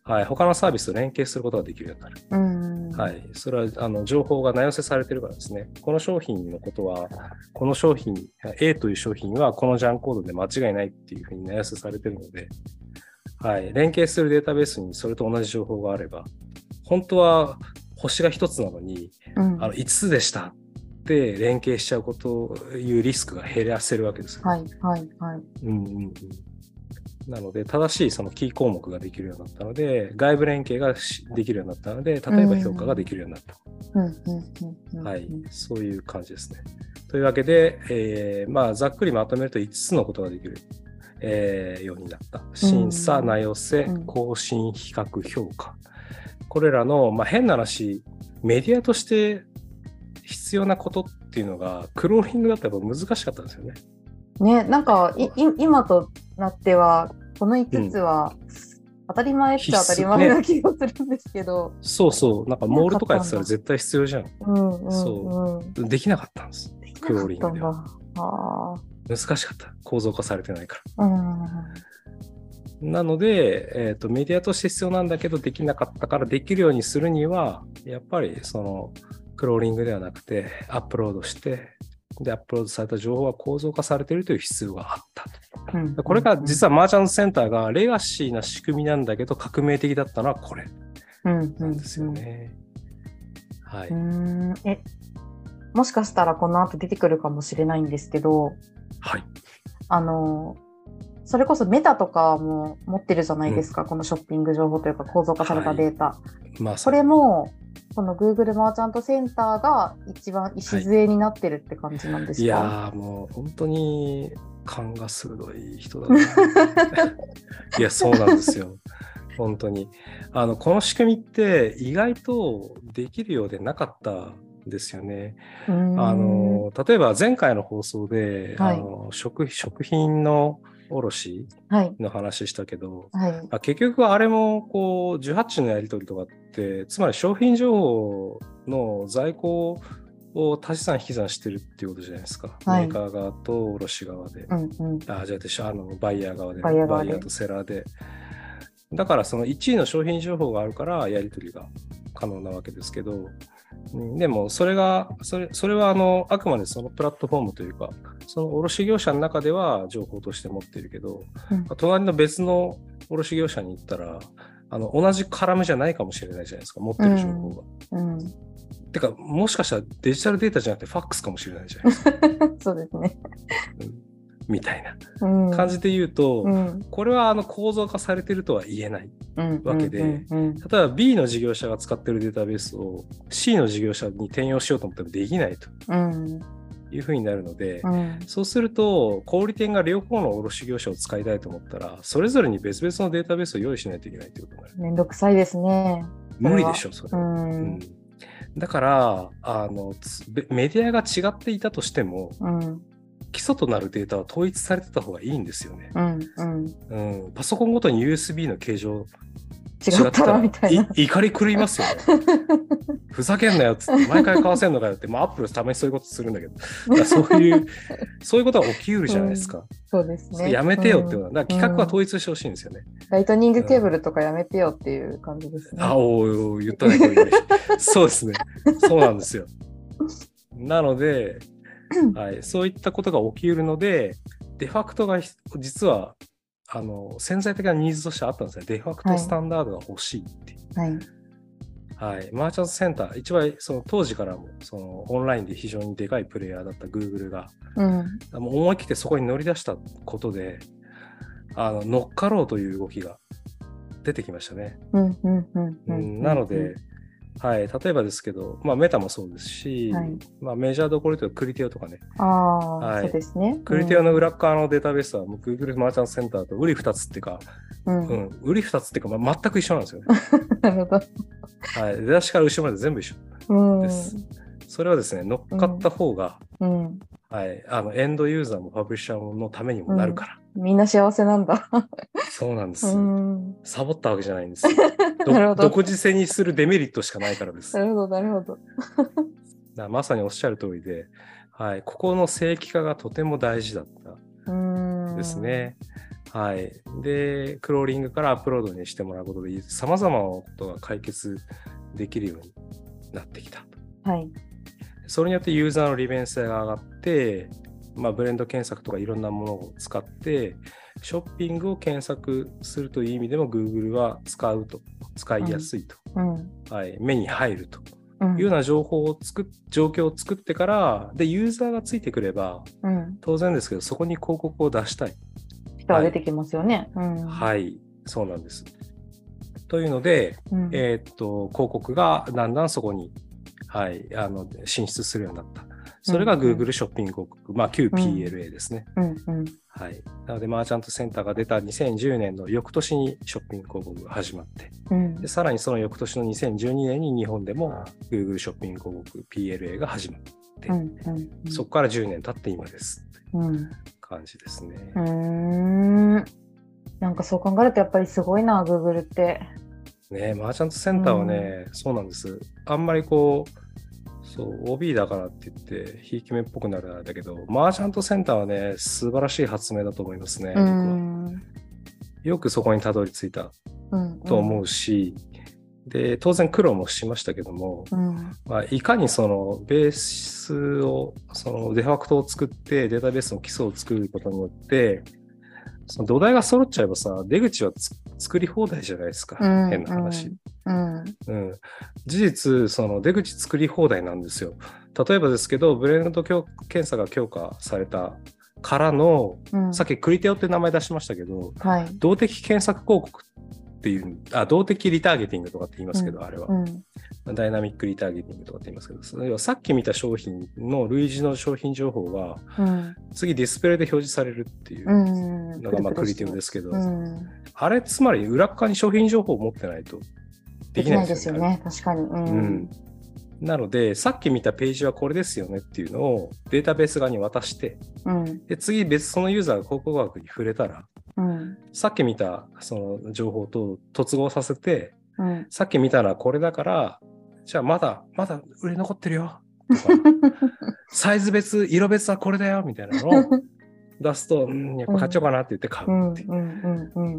Speaker 2: はい、他のサービスと連携することができるようになる。
Speaker 1: うん
Speaker 2: はい、それはあの情報が名寄せされてるからですね。この商品のことは、この商品、A という商品はこのジャンコードで間違いないっていうふうに名寄せされてるので、はい、連携するデータベースにそれと同じ情報があれば、本当は星がひとつなのに、うん、あのいつつでしたって連携しちゃうこというリスクが減らせるわけですよ。
Speaker 1: はいはいはい。
Speaker 2: うんうんうん、なので正しいそのキー項目ができるようになったので、外部連携ができるようになったので、例えば評価ができるようになった。はい、そういう感じですね。というわけで、えーまあ、ざっくりまとめるといつつのことができる、えー、ようになった。審査、名寄せ、更新、比較、評価。これらの、まあ、変な話、メディアとして必要なことっていうのが、クローリングだったら難しかったんですよね。
Speaker 1: ね、なんかい今となってはこのいつつは当たり前っちゃ当たり前な気がするんですけど、
Speaker 2: ね、そうそう、なんかモールとかやってたら絶対必要じゃん。
Speaker 1: うんうんうん、
Speaker 2: そうできなかったんです。クローリングでは。
Speaker 1: あ
Speaker 2: 難しかった。構造化されてないから。
Speaker 1: うん、
Speaker 2: なので、えーと、メディアとして必要なんだけどできなかったからできるようにするには、やっぱりそのクローリングではなくてアップロードして、でアップロードされた情報が構造化されているという必要があったと、うん、これが実はマーチャントセンターがレガシーな仕組みなんだけど革命的だったのはこれなんですよね、うんうんうん、はい、
Speaker 1: うんえもしかしたらこの後出てくるかもしれないんですけど、
Speaker 2: はい、
Speaker 1: あのそれこそメタとかも持ってるじゃないですか、うん、このショッピング情報というか構造化されたデータ、はいまあ、これもこの Google マーチャントセンターが一番礎になってるって感じなんですか？
Speaker 2: はい、いやーもう本当に勘が鋭い人だな。いやそうなんですよ本当にあのこの仕組みって意外とできるようでなかったですよね。あの例えば前回の放送で、はい、あの 食, 食品の卸の話したけど、はいはい、結局あれもこうじゅうはちのやり取りとかってつまり商品情報の在庫を足し算引き算してるっていうことじゃないですか、はい、メーカー側と卸側で、うんうん、あじゃああのバイヤー側で、ね、バイヤー側でバイヤーとセラーでだからそのいちいの商品情報があるからやり取りが可能なわけですけど、でもそれがそれそれはあのあくまでそのプラットフォームというかその卸業者の中では情報として持っているけど、うん、隣の別の卸業者に行ったらあの同じカラムじゃないかもしれないじゃないですか持ってる情報が。うんうん、てかもしかしたらデジタルデータじゃなくてファックスかもしれないじゃないですか。
Speaker 1: そうですね。
Speaker 2: うんみたいな感じで言うと、うん、これはあの構造化されているとは言えないわけで、うんうんうんうん、例えば B の事業者が使っているデータベースを C の事業者に転用しようと思ってもできないというふうになるので、うん、そうすると小売店が両方の卸業者を使いたいと思ったらそれぞれに別々のデータベースを用意しないといけないということになる。
Speaker 1: めんどくさいですね。
Speaker 2: 無理でしょそれは、うんうん、だからあのメディアが違っていたとしても、うん基礎となるデータは統一されてた方がいいんですよね、うんうんうん、パソコンごとに ユーエスビー の形状
Speaker 1: 違ったらみたいな
Speaker 2: 怒り狂いますよねふざけんなよっつって毎回買わせんのかよって、まあ、アップルたまにそういうことするんだけどだそういうそういうことが起きうるじゃないですか、うん、
Speaker 1: そうですね
Speaker 2: やめてよってことだから企画は統一してほしいんですよね、
Speaker 1: うん、ライトニングケーブルとかやめてよっていう感じですね、
Speaker 2: うん、あお言ったねこういうそうですねそうなんですよなのではい、そういったことが起きうるのでデファクトが実はあの潜在的なニーズとしてあったんですね。デファクトスタンダードが欲しいっていう、はいはい、マーチャントセンター一番その当時からもそのオンラインで非常にでかいプレイヤーだった Google が、うん、もう思い切ってそこに乗り出したことであの乗っかろうという動きが出てきましたね。なのではい、例えばですけど、まあ、メタもそうですし、はいまあ、メジャーどころで言うとクリティオとかね。
Speaker 1: ああ、はい、そうですね。
Speaker 2: クリティオの裏側のデータベースは、Google マーチャントセンターと売りふたつっていうか、うんうん、売りふたつっていうか、まあ、全く一緒なんですよね。
Speaker 1: なるほど。
Speaker 2: はい、出だしから後ろまで全部一緒です。それはですね、乗っかった方が、うんうんはい、あのエンドユーザーもパブリッシャーのためにもなるから。
Speaker 1: うん、みんな幸せなんだ。
Speaker 2: そうなんです。サボったわけじゃないんですよ。なるほど。独自性にするデメリットしかないからです。
Speaker 1: なるほど、なるほど。
Speaker 2: だまさにおっしゃる通りで、はい、ここの正規化がとても大事だったですね。 はい。で、クローリングからアップロードにしてもらうことで、様々なことが解決できるようになってきた。
Speaker 1: はい。
Speaker 2: それによってユーザーの利便性が上がって、まあ、ブレンド検索とかいろんなものを使って、ショッピングを検索するという意味でも Google は使うと、使いやすいと、
Speaker 1: うんうん
Speaker 2: はい、目に入ると
Speaker 1: うん、
Speaker 2: いうような情報を作っ、状況を作ってから、で、ユーザーがついてくれば、うん、当然ですけど、そこに広告を出したい。
Speaker 1: 人は出てきますよね。
Speaker 2: はい、うん、はい、そうなんです。というので、うん、えーっと、広告がだんだんそこに、はい、あの進出するようになった。それが Google ショッピング広告、うん、まあ、旧 ピーエルエー ですね、うんうん。はい。なので、マーチャントセンターが出たにせんじゅうねんの翌年にショッピング広告が始まって、うん、でさらにその翌年のにせんじゅうにねんに日本でも Google ショッピング広告 ピーエルエー が始まって、うんうんうん、そこからじゅうねん経って今ですという感じですね。
Speaker 1: うん、なんかそう考えるとやっぱりすごいな、Google って。
Speaker 2: ね、マーチャントセンターはね、うん、そうなんです。あんまりこう、そう、オービー だからって言って、ひいき目っぽくなるんだけど、マーチャントセンターはね、素晴らしい発明だと思いますね、僕は。よくそこにたどり着いたと思うし、うんうん、で、当然苦労もしましたけども、うん、まあ、いかにそのベースを、そのデファクトを作って、データベースの基礎を作ることによって、その土台が揃っちゃえばさ、出口はつ作り放題じゃないですか、うん、変な話。うんうん、事実、その出口作り放題なんですよ。例えばですけど、ブレンド検査が強化されたからの、うん、さっきクリテオって名前出しましたけど、はい、動的検索広告っていう、あ、動的リターゲティングとかって言いますけど、うん、あれは、うん。ダイナミックリターゲティングとかって言いますけど、それはさっき見た商品の類似の商品情報が、うん、次ディスプレイで表示されるっていうのがまあクリテオですけど、うん、あれつまり裏側に商品情報を持ってないとできないですよね。
Speaker 1: できないですよね、確かに。うんうん、
Speaker 2: なので、さっき見たページはこれですよねっていうのをデータベース側に渡して、うん、で次別そのユーザーが広告枠に触れたら、うん、さっき見たその情報と突合させて、うん、さっき見たのはこれだから、じゃあまだまだ売れ残ってるよとかサイズ別色別はこれだよみたいなのを出すと、うん、やっぱ買っちゃおうかなって言って買うっていう、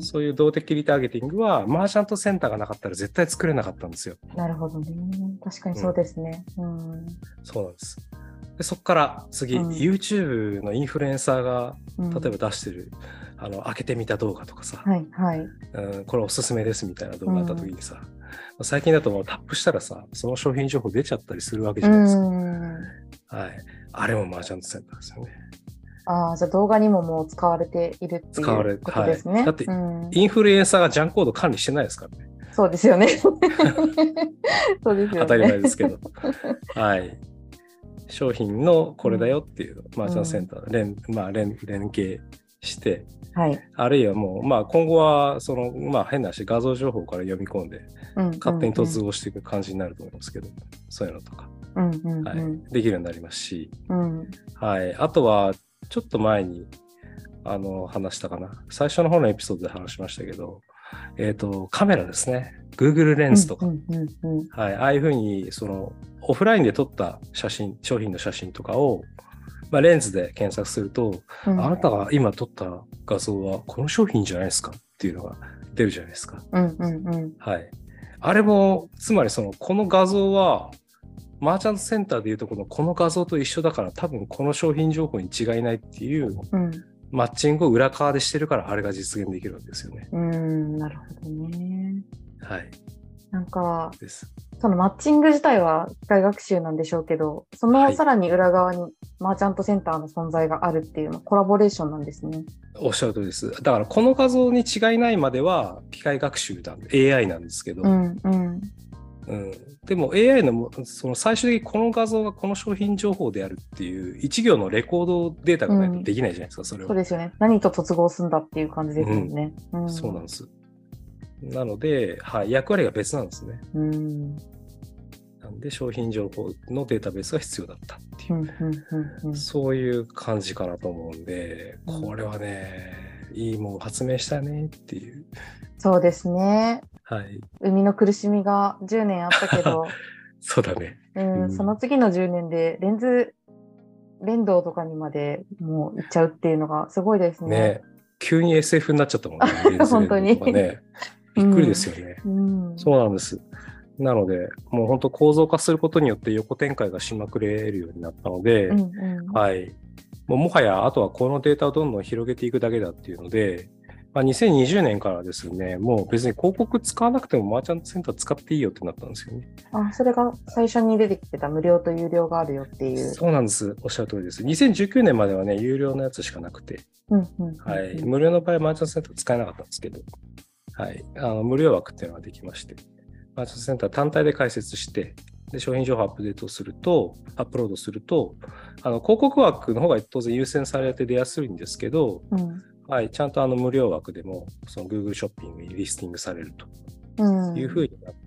Speaker 2: そういう動的リターゲティングはマーチャントセンターがなかったら絶対作れなかったんですよ。
Speaker 1: なるほどね。確かにそうですね。うんうん、
Speaker 2: そうなんです。でそこから次、うん、YouTube のインフルエンサーが例えば出してる、うん、あの開けてみた動画とかさ、はいはい、うん、これおすすめですみたいな動画あった時にさ、うん、最近だともうタップしたらさ、その商品情報出ちゃったりするわけじゃないですか。うん、はい、あれもマーチャントセンターですよね。
Speaker 1: ああ、じゃあ動画にももう使われているっていうことですね。
Speaker 2: はい、だって、うん、インフルエンサーがジャンコード管理してないですからね。
Speaker 1: そうですよね。そうですよね。
Speaker 2: 当たり前ですけど。はい。商品のこれだよっていう、うん、マーチャントセンター、連、まあ、連、連携して、はい、あるいはもう、まあ、今後はその、まあ、変な話、画像情報から読み込んで、うん、勝手に突合していく感じになると思いますけど、うんうん、そういうのとか、うんうんうん、はい、できるようになりますし、うん、はい、あとはちょっと前にあの話したかな、最初の方のエピソードで話しましたけど、えっと、カメラですね。Google レンズとか、うんうんうんうん、はい、ああいうふうにそのオフラインで撮った写真、商品の写真とかを、まあ、レンズで検索すると、うん、あなたが今撮った画像はこの商品じゃないですかっていうのが出るじゃないですか。うんうんうん、はい。あれもつまりそのこの画像はマーチャントセンターでいうとこのこの画像と一緒だから多分この商品情報に違いないっていう、うん、マッチングを裏側でしてるからあれが実現できるわけですよね。
Speaker 1: うーん、なるほどね。
Speaker 2: はい。
Speaker 1: なんかそのマッチング自体は機械学習なんでしょうけど、そのさらに裏側にマーチャントセンターの存在があるっていうコラボレーションなんですね。
Speaker 2: おっしゃる通りです。だからこの画像に違いないまでは機械学習だ、エーアイ なんですけど、うんうんうん、でも エーアイ のその最終的にこの画像がこの商品情報であるっていう一行のレコードデータがないとできないじゃないですか、うん、それは。
Speaker 1: そうですよね。何と突合するんだっていう感じですもんね。
Speaker 2: うんうん、そうなんです。なので、はい、役割が別なんですね。うん、なんで商品情報のデータベースが必要だったっていう、うんうんうんうん、そういう感じかなと思うんで、これはね、いいもん発明したねっていう。
Speaker 1: そうですね。
Speaker 2: はい、
Speaker 1: 生みの苦しみがじゅうねんあったけど
Speaker 2: そうだね、
Speaker 1: うん、うん、その次のじゅうねんでレンズ連動とかにまでもういっちゃうっていうのがすごいですね。
Speaker 2: ね、 急に エスエフ になっちゃったもんね。
Speaker 1: 本当に。
Speaker 2: ね、びっくりですよね、
Speaker 1: うんうん。そう
Speaker 2: なんです。なので、もう本当構造化することによって横展開がしまくれるようになったので、うんうん、はい。もうもはや、あとはこのデータをどんどん広げていくだけだっていうので、まあ、にせんにじゅうねんからですね、もう別に広告使わなくてもマーチャントセンター使っていいよってなったんですよね。あ、
Speaker 1: それが最初に出てきてた無料と有料があるよっていう。
Speaker 2: そうなんです。おっしゃる通りです。にせんじゅうきゅうねんまではね、有料のやつしかなくて、うんうんうんうん、はい。無料の場合、マーチャントセンター使えなかったんですけど、はい。あの無料枠っていうのができまして、マーチャントセンター単体で開設して、で商品情報アップデートすると、アップロードすると、あの広告枠の方が当然優先されて出やすいんですけど、うん、はい、ちゃんとあの無料枠でもその Google ショッピングにリスティングされるというふうになって、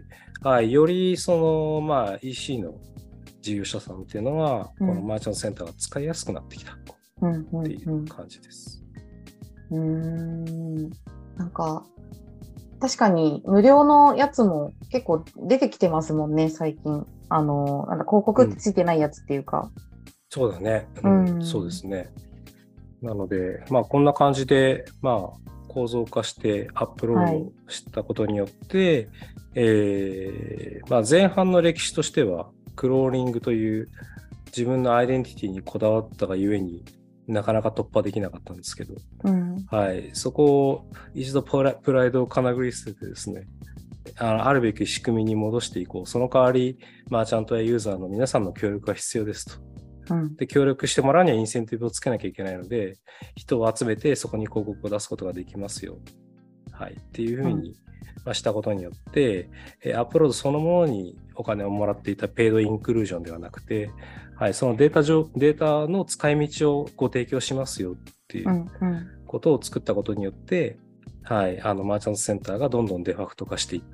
Speaker 2: うん、はい、よりその、まあ、イーシー の事業者さんっていうのは、うん、このマーチャントセンターが使いやすくなってきたっていう感じです。
Speaker 1: うんうんうん、うーん、なんか確かに無料のやつも結構出てきてますもんね、最近。あの、なんか広告ついてないやつっていうか。
Speaker 2: うん、そうだね、うん、うん。そうですね。なので、まあこんな感じで、まあ構造化してアップロードしたことによって、はい、えー、まあ前半の歴史としては、クローリングという自分のアイデンティティにこだわったがゆえになかなか突破できなかったんですけど、うん、はい、そこを一度プラ、プライドをかなぐり捨ててですね、あの、あるべき仕組みに戻していこう。その代わり、マーチャントやユーザーの皆さんの協力が必要ですと。うん、で、協力してもらうにはインセンティブをつけなきゃいけないので、人を集めてそこに広告を出すことができますよ。はい。っていうふうに、まあ、したことによって、うん、アップロードそのものにお金をもらっていたペイドインクルージョンではなくて、はい、そのデータ上、データの使い道をご提供しますよっていうことを作ったことによって、うんうん、はい、あのマーチャントセンターがどんどんデファクト化していって、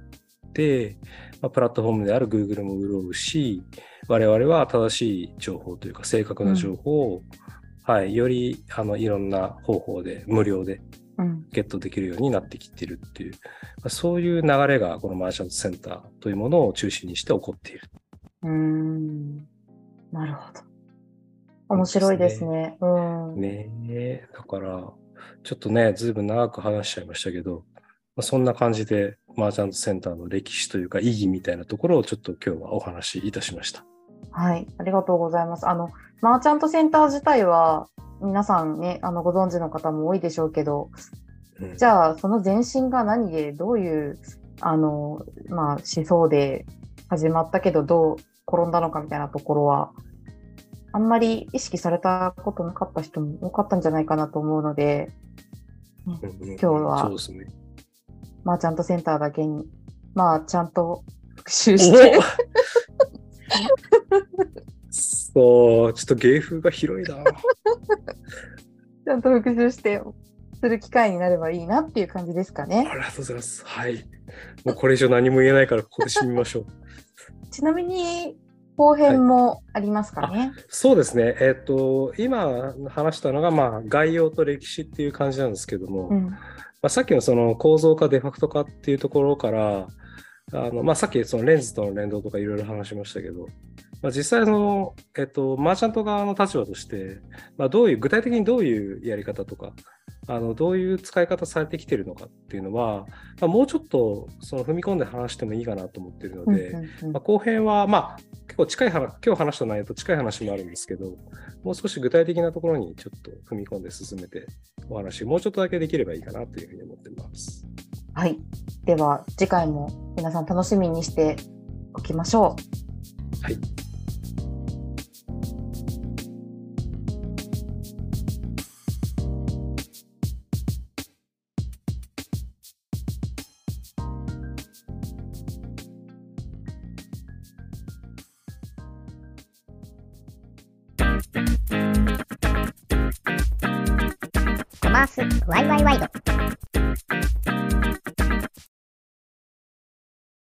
Speaker 2: まあ、プラットフォームである Google も潤うし、我々は正しい情報というか正確な情報を、うん、はい、よりあのいろんな方法で無料でゲットできるようになってきているっていう、まあ、そういう流れがこのマーチャントセンターというものを中心にして起こっている。
Speaker 1: うーん、なるほど。面白いですね。うん、
Speaker 2: ねえ、だからちょっとね、ずいぶん長く話しちゃいましたけど、まあ、そんな感じでマーチャントセンターの歴史というか意義みたいなところをちょっと今日はお話しいたしました。
Speaker 1: はい、ありがとうございます。あのマーチャントセンター自体は皆さんね、あのご存知の方も多いでしょうけど、うん、じゃあその前身が何でどういうあの、まあ、思想で始まったけどどう転んだのかみたいなところはあんまり意識されたことなかった人も多かったんじゃないかなと思うので、うん、今日はそうですね、マーチャントセンターだけにまあちゃんと復習して
Speaker 2: そう、ちょっと芸風が広いな
Speaker 1: ちゃんと復習してする機会になればいいなっていう感じですかね。
Speaker 2: ありがとうございます。はい。もうこれ以上何も言えないからここで締めましょう。
Speaker 1: ちなみに後編もありますかね。はい、
Speaker 2: そうですね。えっと、今話したのが、まあ、概要と歴史っていう感じなんですけども、うんまあ、さっきのその構造化、デファクト化っていうところから、あのまあ、さっきそのレンズとの連動とかいろいろ話しましたけど、まあ、実際の、えっと、マーチャント側の立場として、まあ、どういう具体的にどういうやり方とかあのどういう使い方されてきているのかっていうのは、まあ、もうちょっとその踏み込んで話してもいいかなと思っているので、うんうんうんまあ、後編は、まあ、結構近い話、今日話した内容と近い話もあるんですけど、もう少し具体的なところにちょっと踏み込んで進めてお話もうちょっとだけできればいいかなというふうに思っています。
Speaker 1: はい、では次回も皆さん楽しみにしておきましょう。
Speaker 2: はい。
Speaker 3: コマースワイワイワイド。